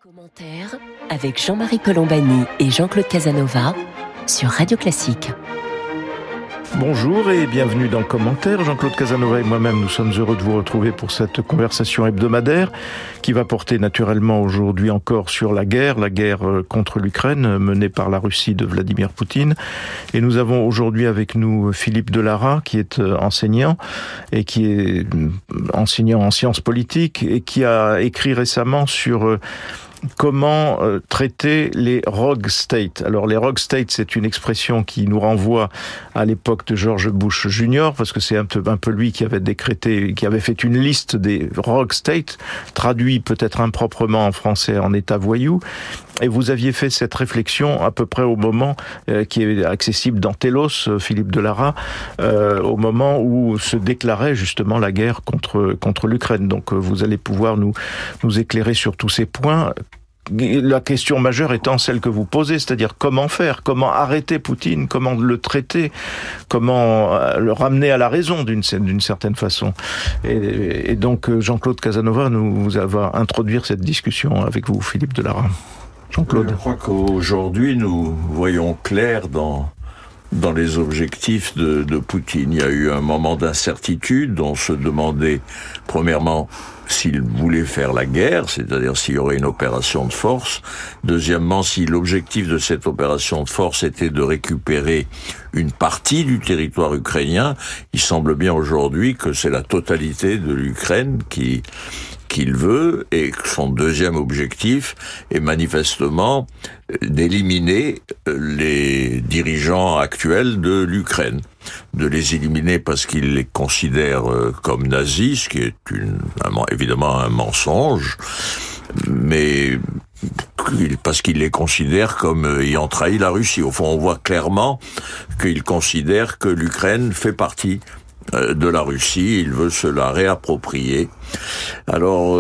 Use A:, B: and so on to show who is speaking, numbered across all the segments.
A: Commentaire avec Jean-Marie Colombani et Jean-Claude Casanova sur Radio Classique.
B: Bonjour et bienvenue dans le commentaire. Jean-Claude Casanova et moi-même, nous sommes heureux de vous retrouver pour cette conversation hebdomadaire qui va porter naturellement aujourd'hui encore sur la guerre contre l'Ukraine menée par la Russie de Vladimir Poutine. Et nous avons aujourd'hui avec nous Philippe Delara qui est enseignant et qui est enseignant en sciences politiques et qui a écrit récemment sur comment traiter les rogue states. Alors les rogue states, c'est une expression qui nous renvoie à l'époque de George Bush Jr. parce que c'est un peu lui qui avait fait une liste des rogue states, traduit peut-être improprement en français en état voyou. Et vous aviez fait cette réflexion à peu près au moment qui est accessible dans Telos, Philippe Delara, au moment où se déclarait justement la guerre contre l'Ukraine. Donc vous allez pouvoir nous éclairer sur tous ces points. La question majeure étant celle que vous posez, c'est-à-dire comment faire, comment arrêter Poutine, comment le traiter, comment le ramener à la raison d'une certaine façon. Et donc Jean-Claude Casanova va introduire cette discussion avec vous, Philippe Delara. Jean-Claude.
C: Je crois qu'aujourd'hui, nous voyons clair dans les objectifs de Poutine. Il y a eu un moment d'incertitude. On se demandait, premièrement, s'il voulait faire la guerre, c'est-à-dire s'il y aurait une opération de force. Deuxièmement, si l'objectif de cette opération de force était de récupérer une partie du territoire ukrainien. Il semble bien aujourd'hui que c'est la totalité de l'Ukraine qu'il veut, et que son deuxième objectif est manifestement d'éliminer les dirigeants actuels de l'Ukraine. De les éliminer parce qu'il les considère comme nazis, ce qui est évidemment un mensonge, mais parce qu'il les considère comme ayant trahi la Russie. Au fond, on voit clairement qu'il considère que l'Ukraine fait partie de la Russie, il veut se la réapproprier. Alors,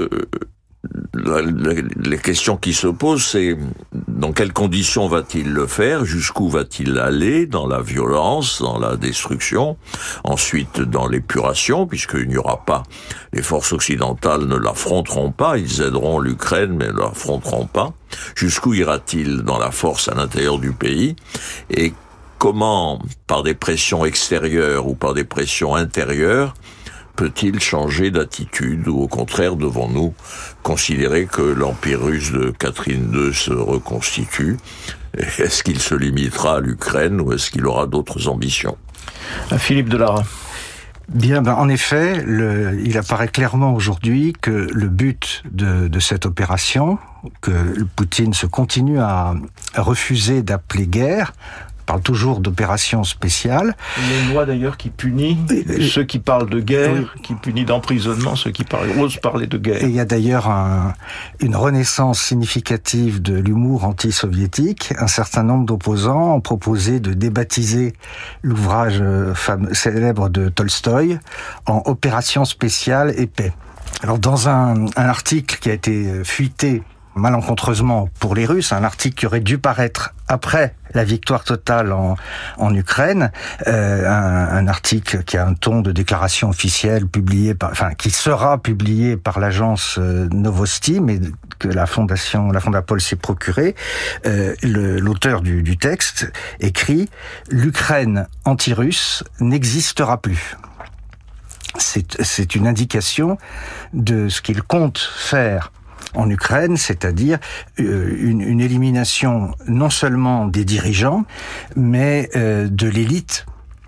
C: les questions qui se posent, c'est dans quelles conditions va-t-il le faire, jusqu'où va-t-il aller, dans la violence, dans la destruction, ensuite dans l'épuration, puisqu'il n'y aura pas, les forces occidentales ne l'affronteront pas, ils aideront l'Ukraine, mais ne l'affronteront pas. Jusqu'où ira-t-il dans la force à l'intérieur du pays, et comment, par des pressions extérieures ou par des pressions intérieures, peut-il changer d'attitude, ou au contraire devons-nous considérer que l'empire russe de Catherine II se reconstitue? Est-ce qu'il se limitera à l'Ukraine ou est-ce qu'il aura d'autres ambitions?
B: Philippe Delara.
D: Bien, en effet, il apparaît clairement aujourd'hui que le but de cette opération, que Poutine se continue à refuser d'appeler guerre, parle toujours d'opération spéciale.
B: Il y a une loi d'ailleurs qui punit ceux qui parlent de guerre, qui punit d'emprisonnement ceux qui osent parler de guerre.
D: Et il y a d'ailleurs une renaissance significative de l'humour anti-soviétique. Un certain nombre d'opposants ont proposé de débaptiser l'ouvrage célèbre de Tolstoï en Opération spéciale et paix. Alors dans un article qui a été fuité malencontreusement pour les Russes, un article qui aurait dû paraître après la victoire totale en Ukraine, un article qui a un ton de déclaration officielle qui sera publié par l'agence Novosti, mais que la Fondapol s'est procuré. L'auteur du texte écrit « L'Ukraine anti-russe n'existera plus ». C'est une indication de ce qu'il compte faire en Ukraine, c'est-à-dire une élimination non seulement des dirigeants, mais de l'élite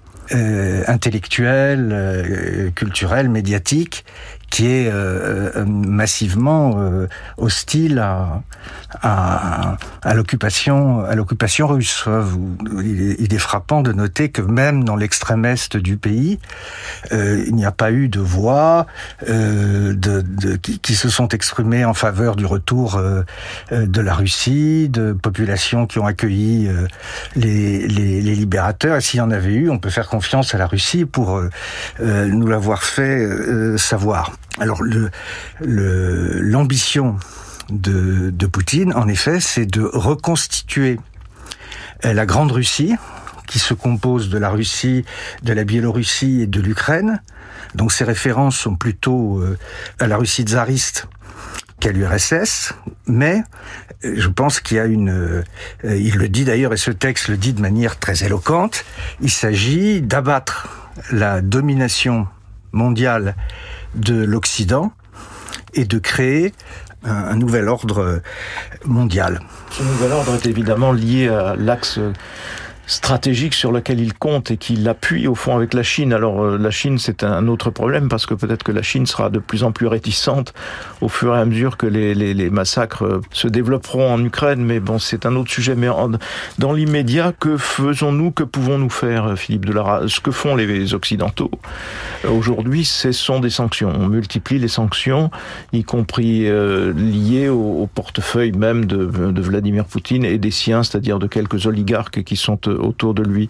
D: intellectuelle, culturelle, médiatique, qui est massivement hostile à l'occupation russe. Il est frappant de noter que même dans l'extrême est du pays, il n'y a pas eu de voix qui se sont exprimées en faveur du retour de la Russie, de populations qui ont accueilli les libérateurs. Et s'il y en avait eu, on peut faire confiance à la Russie pour nous l'avoir fait savoir. Alors l'ambition de Poutine, en effet, c'est de reconstituer la Grande Russie, qui se compose de la Russie, de la Biélorussie et de l'Ukraine. Donc ces références sont plutôt à la Russie tsariste l'URSS, mais je pense qu'il y a il le dit d'ailleurs, et ce texte le dit de manière très éloquente, il s'agit d'abattre la domination mondiale de l'Occident et de créer un nouvel ordre mondial.
B: Ce nouvel ordre est évidemment lié à l'axe stratégique sur lequel il compte et qui l'appuie au fond avec la Chine. Alors la Chine, c'est un autre problème parce que peut-être que la Chine sera de plus en plus réticente au fur et à mesure que les massacres se développeront en Ukraine, mais bon, c'est un autre sujet. Mais dans l'immédiat, que faisons-nous, que pouvons-nous faire, Philippe Delara? Ce que font les Occidentaux aujourd'hui, ce sont des sanctions. On multiplie les sanctions, y compris liées au portefeuille même de Vladimir Poutine et des siens, c'est-à-dire de quelques oligarques qui sont autour de lui.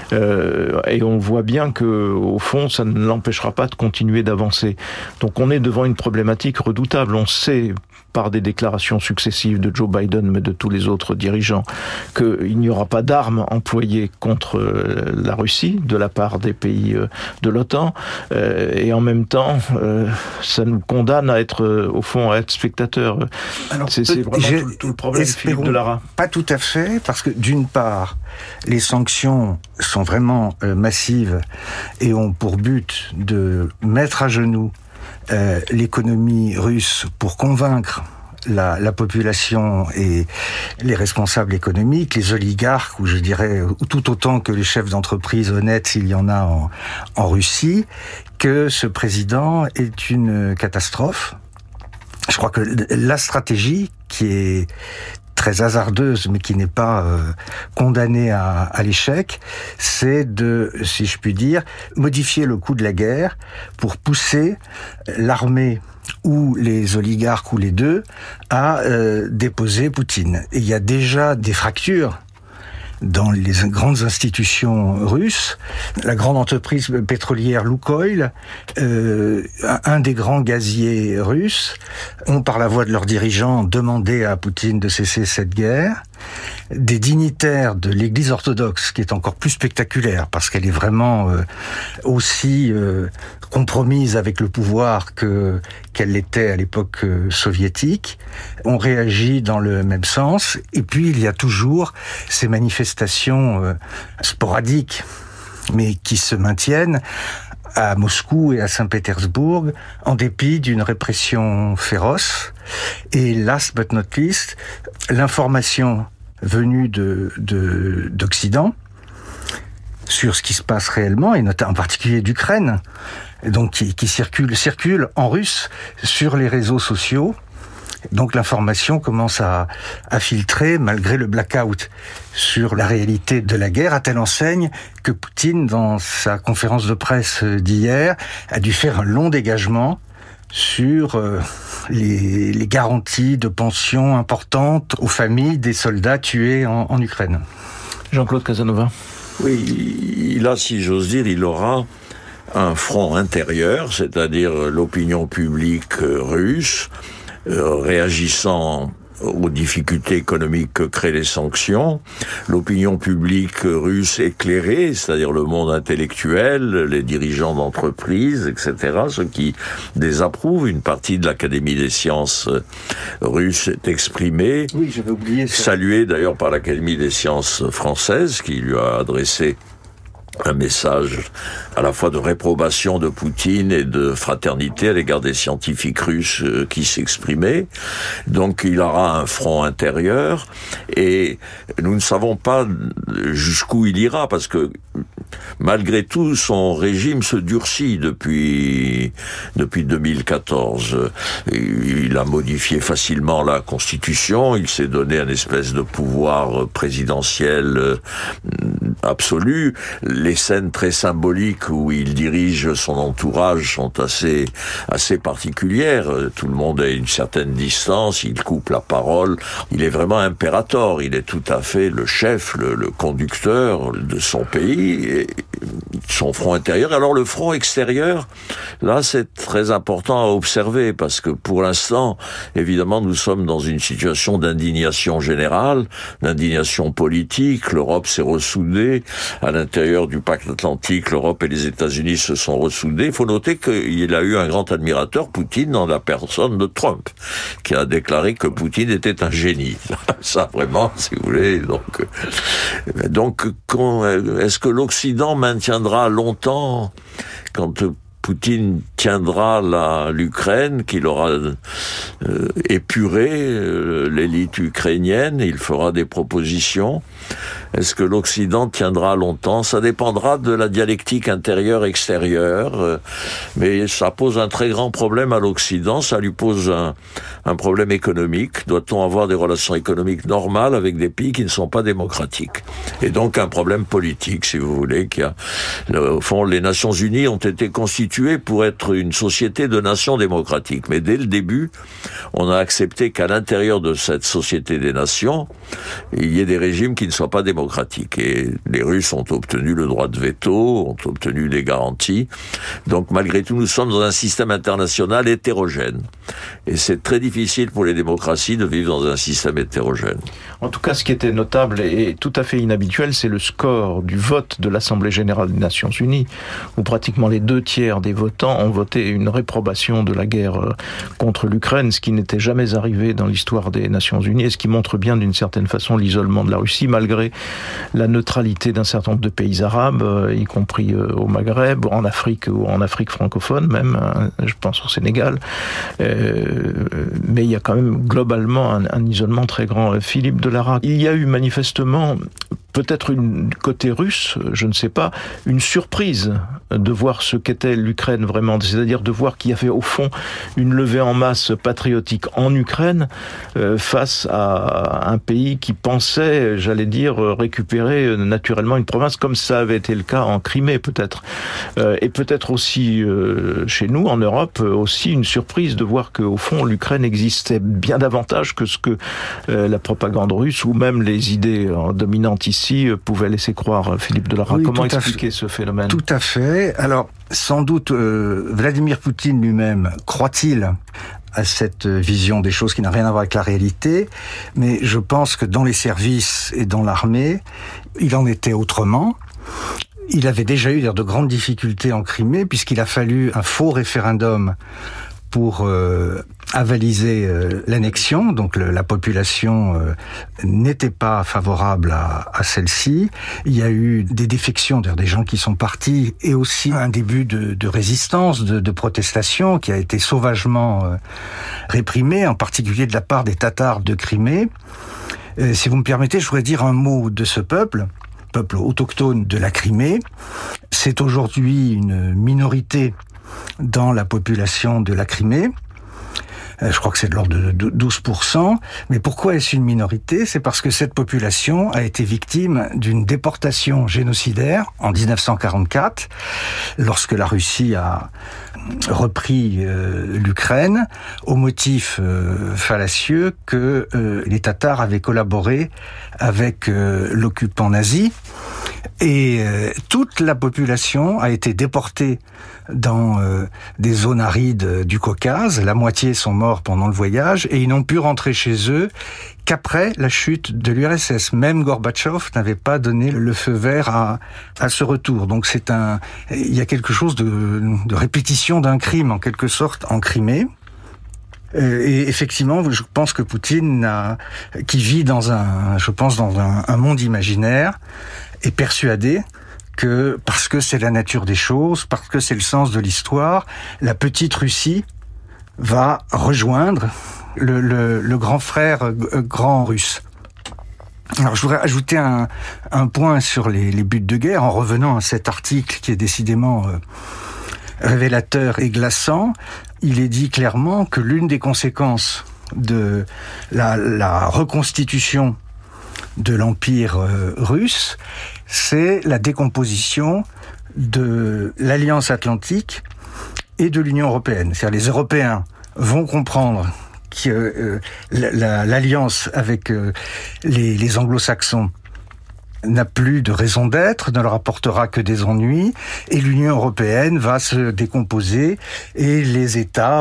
B: Et on voit bien que, au fond, ça ne l'empêchera pas de continuer d'avancer. Donc on est devant une problématique redoutable. On sait, par des déclarations successives de Joe Biden, mais de tous les autres dirigeants, qu'il n'y aura pas d'armes employées contre la Russie de la part des pays de l'OTAN. Et en même temps, ça nous condamne à être, au fond, à être spectateurs. Alors, c'est vraiment tout le problème, Philippe Delara.
D: Pas tout à fait, parce que d'une part, les sanctions sont vraiment massives et ont pour but de mettre à genoux l'économie russe pour convaincre la population et les responsables économiques, les oligarques, ou je dirais tout autant que les chefs d'entreprise honnêtes, s'il y en a en Russie, que ce président est une catastrophe. Je crois que la stratégie qui est très hasardeuse, mais qui n'est pas condamnée à l'échec, c'est de, si je puis dire, modifier le coût de la guerre pour pousser l'armée ou les oligarques ou les deux à déposer Poutine. Et il y a déjà des fractures dans les grandes institutions russes, la grande entreprise pétrolière Lukoil, un des grands gaziers russes, ont par la voix de leurs dirigeants demandé à Poutine de cesser cette guerre. Des dignitaires de l'Église orthodoxe, qui est encore plus spectaculaire parce qu'elle est vraiment aussi compromise avec le pouvoir qu'elle l'était à l'époque soviétique, ont réagi dans le même sens. Et puis il y a toujours ces manifestations sporadiques, mais qui se maintiennent à Moscou et à Saint-Pétersbourg, en dépit d'une répression féroce. Et last but not least, l'information venue d'Occident sur ce qui se passe réellement, et notamment en particulier d'Ukraine, donc qui circule en russe sur les réseaux sociaux. Donc l'information commence à filtrer malgré le blackout sur la réalité de la guerre, à telle enseigne que Poutine, dans sa conférence de presse d'hier, a dû faire un long dégagement sur les garanties de pension importantes aux familles des soldats tués en Ukraine.
B: Jean-Claude Casanova.
C: Oui, là, si j'ose dire, il aura un front intérieur, c'est-à-dire l'opinion publique russe, réagissant aux difficultés économiques que créent les sanctions, l'opinion publique russe éclairée, c'est-à-dire le monde intellectuel, les dirigeants d'entreprises, etc., ceux qui désapprouvent. Une partie de l'Académie des sciences russe est exprimée,
D: oui, j'avais oublié ça.
C: Saluée d'ailleurs par l'Académie des sciences françaises, qui lui a adressé un message à la fois de réprobation de Poutine et de fraternité à l'égard des scientifiques russes qui s'exprimaient. Donc il aura un front intérieur et nous ne savons pas jusqu'où il ira parce que malgré tout son régime se durcit depuis 2014. Il a modifié facilement la Constitution, il s'est donné un espèce de pouvoir présidentiel absolu. Les scènes très symboliques où il dirige son entourage sont assez particulières. Tout le monde a une certaine distance, il coupe la parole. Il est vraiment impérator, il est tout à fait le chef, le conducteur de son pays et son front intérieur. Alors le front extérieur, là c'est très important à observer parce que pour l'instant, évidemment, nous sommes dans une situation d'indignation générale, d'indignation politique. L'Europe s'est ressoudée retrouvé à l'intérieur du pacte atlantique. L'Europe et les États-Unis se sont ressoudés. Il faut noter qu'il a eu un grand admirateur, Poutine, dans la personne de Trump, qui a déclaré que Poutine était un génie. Ça, vraiment, si vous voulez. Donc, est-ce que l'Occident maintiendra longtemps, quand Poutine tiendra l'Ukraine, qu'il aura épuré l'élite ukrainienne, il fera des propositions. Est-ce que l'Occident tiendra longtemps? Ça dépendra de la dialectique intérieure-extérieure, mais ça pose un très grand problème à l'Occident, ça lui pose un problème économique. Doit-on avoir des relations économiques normales avec des pays qui ne sont pas démocratiques? Et donc un problème politique, si vous voulez, au fond, les Nations Unies ont été constituées pour être une société de nations démocratiques. Mais dès le début, on a accepté qu'à l'intérieur de cette société des nations, il y ait des régimes qui ne soient pas démocratiques. Et les Russes ont obtenu le droit de veto, ont obtenu des garanties. Donc malgré tout, nous sommes dans un système international hétérogène. Et c'est très difficile pour les démocraties de vivre dans un système hétérogène.
B: En tout cas, ce qui était notable et tout à fait inhabituel, c'est le score du vote de l'Assemblée générale des Nations Unies, où pratiquement les 2/3 des votants ont voté une réprobation de la guerre contre l'Ukraine, ce qui n'était jamais arrivé dans l'histoire des Nations Unies, et ce qui montre bien d'une certaine façon l'isolement de la Russie, malgré la neutralité d'un certain nombre de pays arabes, y compris au Maghreb, en Afrique ou en Afrique francophone même, je pense au Sénégal. Mais il y a quand même globalement un isolement très grand. Philippe Delarrac, il y a eu manifestement, peut-être côté russe, je ne sais pas, une surprise de voir ce qu'était l'Ukraine vraiment, c'est-à-dire de voir qu'il y avait au fond une levée en masse patriotique en Ukraine face à un pays qui pensait, j'allais dire, récupérer naturellement une province, comme ça avait été le cas en Crimée peut-être. Et peut-être aussi chez nous, en Europe, aussi une surprise de voir qu'au fond l'Ukraine existait bien davantage que ce que la propagande russe ou même les idées dominantes ici pouvait laisser croire. Philippe Delarrac, comment expliquer ce phénomène?
D: Tout à fait. Alors, sans doute, Vladimir Poutine lui-même croit-il à cette vision des choses qui n'a rien à voir avec la réalité, mais je pense que dans les services et dans l'armée, il en était autrement. Il avait déjà eu de grandes difficultés en Crimée, puisqu'il a fallu un faux référendum pour avaliser l'annexion, donc la population n'était pas favorable à celle-ci. Il y a eu des défections, d'ailleurs des gens qui sont partis, et aussi un début de résistance, de protestation qui a été sauvagement réprimé, en particulier de la part des Tatars de Crimée. Si vous me permettez, je voudrais dire un mot de ce peuple autochtone de la Crimée. C'est aujourd'hui une minorité dans la population de la Crimée. Je crois que c'est de l'ordre de 12%. Mais pourquoi est-ce une minorité? C'est parce que cette population a été victime d'une déportation génocidaire en 1944, lorsque la Russie a repris l'Ukraine, au motif fallacieux que les Tatars avaient collaboré avec l'occupant nazi. Et toute la population a été déportée dans des zones arides du Caucase. La moitié sont morts pendant le voyage et ils n'ont pu rentrer chez eux qu'après la chute de l'URSS. Même Gorbatchev n'avait pas donné le feu vert à ce retour. Donc il y a quelque chose de répétition d'un crime en quelque sorte en Crimée. Et effectivement, je pense que Poutine, qui vit dans un monde imaginaire, est persuadé que, parce que c'est la nature des choses, parce que c'est le sens de l'histoire, la petite Russie va rejoindre le grand frère grand russe. Alors, je voudrais ajouter un point sur les buts de guerre, en revenant à cet article qui est décidément révélateur et glaçant. Il est dit clairement que l'une des conséquences de la reconstitution de l'Empire russe, c'est la décomposition de l'Alliance Atlantique et de l'Union Européenne. C'est-à-dire les Européens vont comprendre que l'alliance avec les Anglo-Saxons n'a plus de raison d'être, ne leur apportera que des ennuis, et l'Union européenne va se décomposer, et les États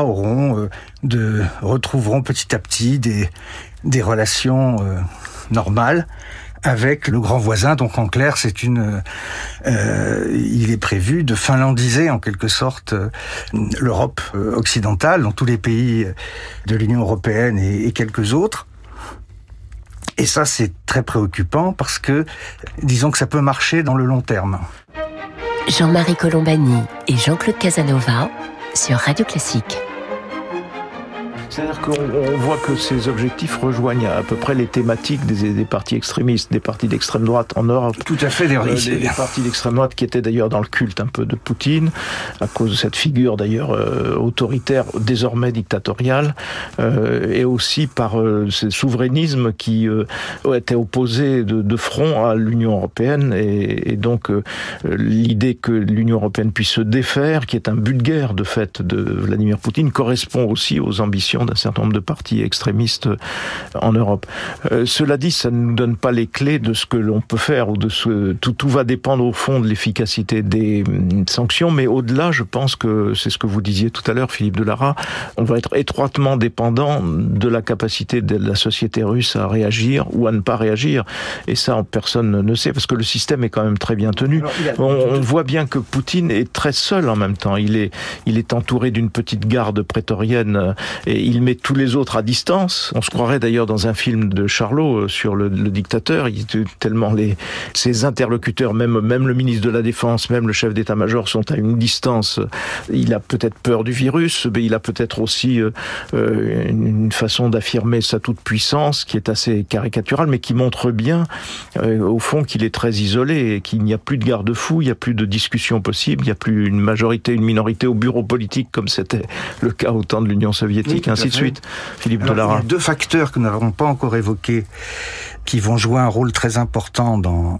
D: retrouveront petit à petit des relations normales avec le grand voisin. Donc en clair, il est prévu de finlandiser en quelque sorte l'Europe occidentale, dans tous les pays de l'Union européenne et quelques autres. Et ça, c'est très préoccupant parce que, disons que ça peut marcher dans le long terme.
A: Jean-Marie Colombani et Jean-Claude Casanova sur Radio Classique.
B: C'est-à-dire qu'on voit que ces objectifs rejoignent à peu près les thématiques des partis extrémistes, des partis d'extrême droite en Europe.
D: Tout à fait,
B: des partis d'extrême droite qui étaient d'ailleurs dans le culte un peu de Poutine, à cause de cette figure d'ailleurs autoritaire, désormais dictatoriale, et aussi par ce souverainisme qui était opposé de front à l'Union européenne, et donc l'idée que l'Union européenne puisse se défaire, qui est un but de guerre de fait de Vladimir Poutine, correspond aussi aux ambitions d'un certain nombre de partis extrémistes en Europe. Cela dit, ça ne nous donne pas les clés de ce que l'on peut faire, ou de tout va dépendre au fond de l'efficacité des sanctions, mais au-delà, je pense que c'est ce que vous disiez tout à l'heure, Philippe Delara, on va être étroitement dépendant de la capacité de la société russe à réagir ou à ne pas réagir, et ça, personne ne sait, parce que le système est quand même très bien tenu. On voit bien que Poutine est très seul en même temps, il est entouré d'une petite garde prétorienne, et il met tous les autres à distance. On se croirait d'ailleurs dans un film de Charlot sur le dictateur. Tellement ses interlocuteurs, même le ministre de la Défense, même le chef d'état-major sont à une distance. Il a peut-être peur du virus, mais il a peut-être aussi une façon d'affirmer sa toute-puissance qui est assez caricaturale, mais qui montre bien, au fond, qu'il est très isolé et qu'il n'y a plus de garde-fou, il n'y a plus de discussion possible, il n'y a plus une majorité, une minorité au bureau politique comme c'était le cas au temps de l'Union soviétique, ainsi de suite. Philippe Delara.
D: Il y a deux facteurs que nous n'avons pas encore évoqués qui vont jouer un rôle très important dans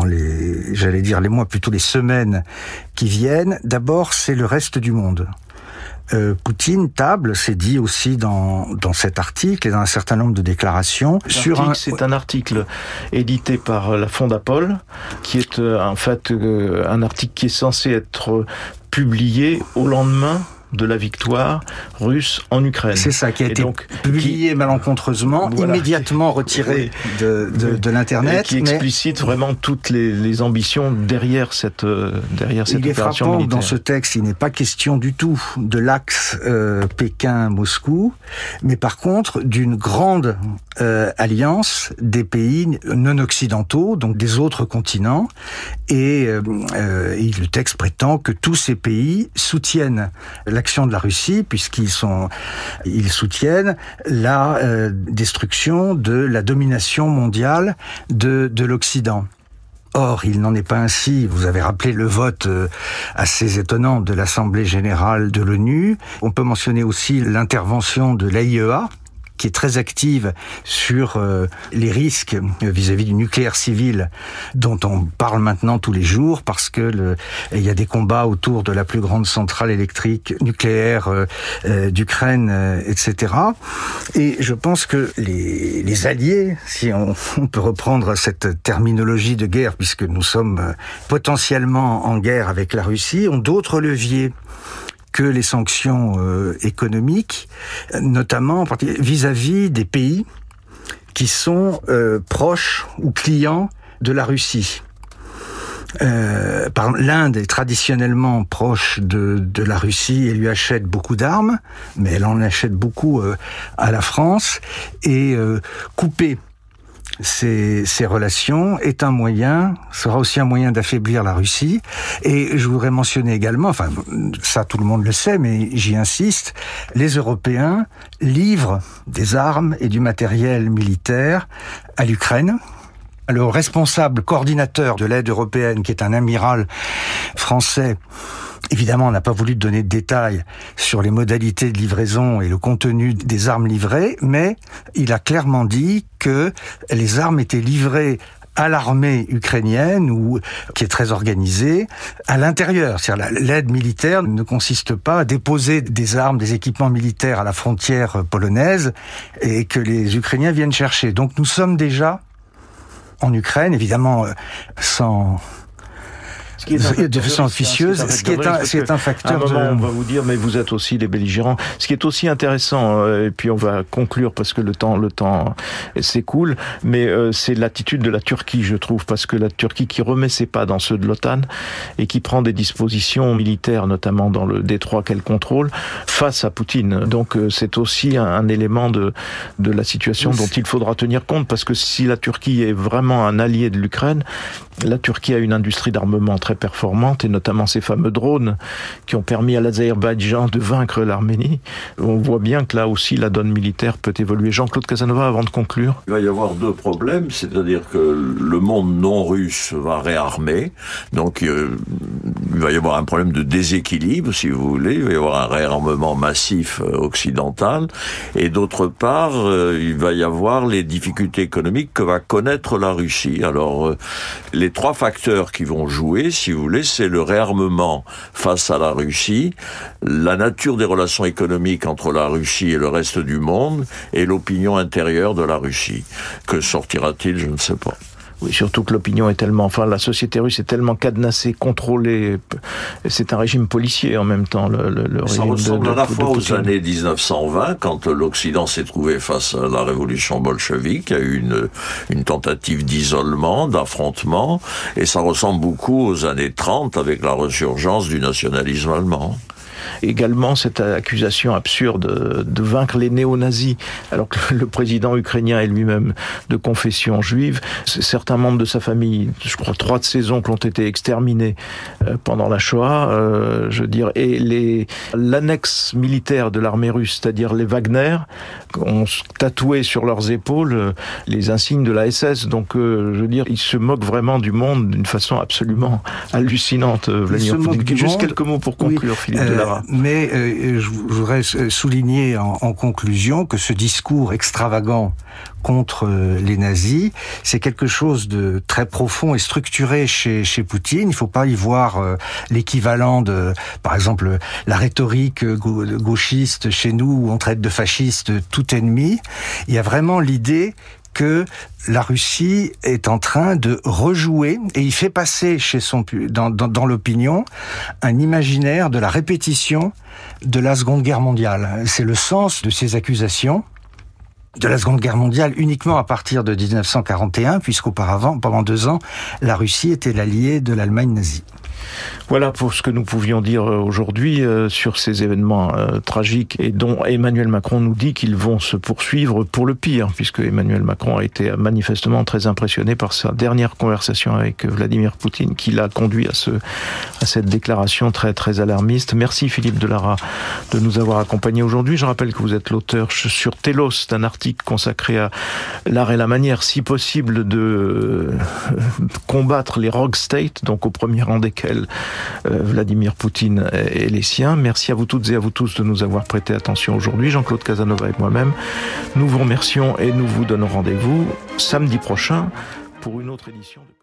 D: les mois, plutôt les semaines qui viennent. D'abord, c'est le reste du monde. Poutine table, c'est dit aussi dans cet article et dans un certain nombre de déclarations.
B: C'est un article édité par la Fondapol, qui est en fait un article qui est censé être publié au lendemain de la victoire russe en Ukraine.
D: C'est ça, qui a été publié malencontreusement, immédiatement retiré de l'Internet.
B: Et qui explicite vraiment toutes les ambitions derrière cette opération militaire. Il est frappant,
D: dans ce texte, il n'est pas question du tout de l'axe Pékin-Moscou, mais par contre d'une grande alliance des pays non occidentaux, donc des autres continents, et le texte prétend que tous ces pays soutiennent l'action de la Russie, puisqu'ils soutiennent la destruction de la domination mondiale de l'Occident. Or, il n'en est pas ainsi. Vous avez rappelé le vote assez étonnant de l'Assemblée générale de l'ONU. On peut mentionner aussi l'intervention de l'AIEA, qui est très active sur les risques vis-à-vis du nucléaire civil dont on parle maintenant tous les jours, parce que il y a des combats autour de la plus grande centrale électrique nucléaire d'Ukraine, etc. Et je pense que les alliés, si on peut reprendre cette terminologie de guerre, puisque nous sommes potentiellement en guerre avec la Russie, ont d'autres leviers que les sanctions économiques, notamment vis-à-vis des pays qui sont proches ou clients de la Russie. L'Inde est traditionnellement proche de la Russie et lui achète beaucoup d'armes, mais elle en achète beaucoup à la France, et couper ces relations sera aussi un moyen d'affaiblir la Russie. Et je voudrais mentionner également, enfin ça tout le monde le sait, mais j'y insiste, les Européens livrent des armes et du matériel militaire à l'Ukraine. Le responsable coordinateur de l'aide européenne, qui est un amiral français, évidemment, on n'a pas voulu donner de détails sur les modalités de livraison et le contenu des armes livrées, mais il a clairement dit que les armes étaient livrées à l'armée ukrainienne, qui est très organisée, à l'intérieur. C'est-à-dire l'aide militaire ne consiste pas à déposer des armes, des équipements militaires à la frontière polonaise et que les Ukrainiens viennent chercher. Donc nous sommes déjà en Ukraine, évidemment sans de façon officieuse, ce qui est un facteur
B: de... on va vous dire, mais vous êtes aussi les belligérants. Ce qui est aussi intéressant, et puis on va conclure parce que le temps s'écoule, mais c'est l'attitude de la Turquie, je trouve, parce que la Turquie qui remet ses pas dans ceux de l'OTAN et qui prend des dispositions militaires, notamment dans le détroit qu'elle contrôle, face à Poutine. Donc c'est aussi un élément de la situation dont il faudra tenir compte, parce que si la Turquie est vraiment un allié de l'Ukraine, la Turquie a une industrie d'armement très performante, et notamment ces fameux drones qui ont permis à l'Azerbaïdjan de vaincre l'Arménie. On voit bien que là aussi la donne militaire peut évoluer. Jean-Claude Casanova, avant de conclure.
C: Il va y avoir deux problèmes, c'est-à-dire que le monde non russe va réarmer, donc il va y avoir un problème de déséquilibre, si vous voulez, il va y avoir un réarmement massif occidental, et d'autre part, il va y avoir les difficultés économiques que va connaître la Russie. Alors, les trois facteurs qui vont jouer, si vous voulez, c'est le réarmement face à la Russie, la nature des relations économiques entre la Russie et le reste du monde, et l'opinion intérieure de la Russie. Que sortira-t-il, je ne sais pas.
B: Oui, surtout que l'opinion est tellement... la société russe est tellement cadenassée, contrôlée. C'est un régime policier en même temps, le
C: ça
B: régime
C: ressemble à la fois aux
B: Poutine.
C: années 1920, quand l'Occident s'est trouvé face à la révolution bolchevique. Il y a eu une tentative d'isolement, d'affrontement, et ça ressemble beaucoup aux années 30 avec la resurgence du nationalisme allemand.
B: Également cette accusation absurde de vaincre les néo-nazis, alors que le président ukrainien est lui-même de confession juive. Certains membres de sa famille, je crois 3 de ses oncles ont été exterminés pendant la Shoah, et l'annexe militaire de l'armée russe, c'est-à-dire les Wagner, ont tatoué sur leurs épaules les insignes de la SS. Donc, ils se moquent vraiment du monde d'une façon absolument hallucinante. Juste quelques mots pour conclure, Philippe Delara.
D: Mais je voudrais souligner en conclusion que ce discours extravagant contre les nazis, c'est quelque chose de très profond et structuré chez Poutine. Il ne faut pas y voir l'équivalent de, par exemple, la rhétorique gauchiste chez nous, où on traite de fasciste tout ennemi. Il y a vraiment l'idée que la Russie est en train de rejouer, et il fait passer dans l'opinion un imaginaire de la répétition de la Seconde Guerre mondiale. C'est le sens de ces accusations de la Seconde Guerre mondiale uniquement à partir de 1941, puisqu'auparavant, pendant 2 ans, la Russie était l'allié de l'Allemagne nazie.
B: Voilà pour ce que nous pouvions dire aujourd'hui sur ces événements tragiques, et dont Emmanuel Macron nous dit qu'ils vont se poursuivre pour le pire, puisque Emmanuel Macron a été manifestement très impressionné par sa dernière conversation avec Vladimir Poutine, qui l'a conduit à cette déclaration très très alarmiste. Merci Philippe Delara de nous avoir accompagnés aujourd'hui. Je rappelle que vous êtes l'auteur sur Telos d'un article consacré à l'art et la manière, si possible, de combattre les rogue states, donc au premier rang desquels Vladimir Poutine et les siens. Merci à vous toutes et à vous tous de nous avoir prêté attention aujourd'hui. Jean-Claude Casanova et moi-même, nous vous remercions et nous vous donnons rendez-vous samedi prochain pour une autre édition de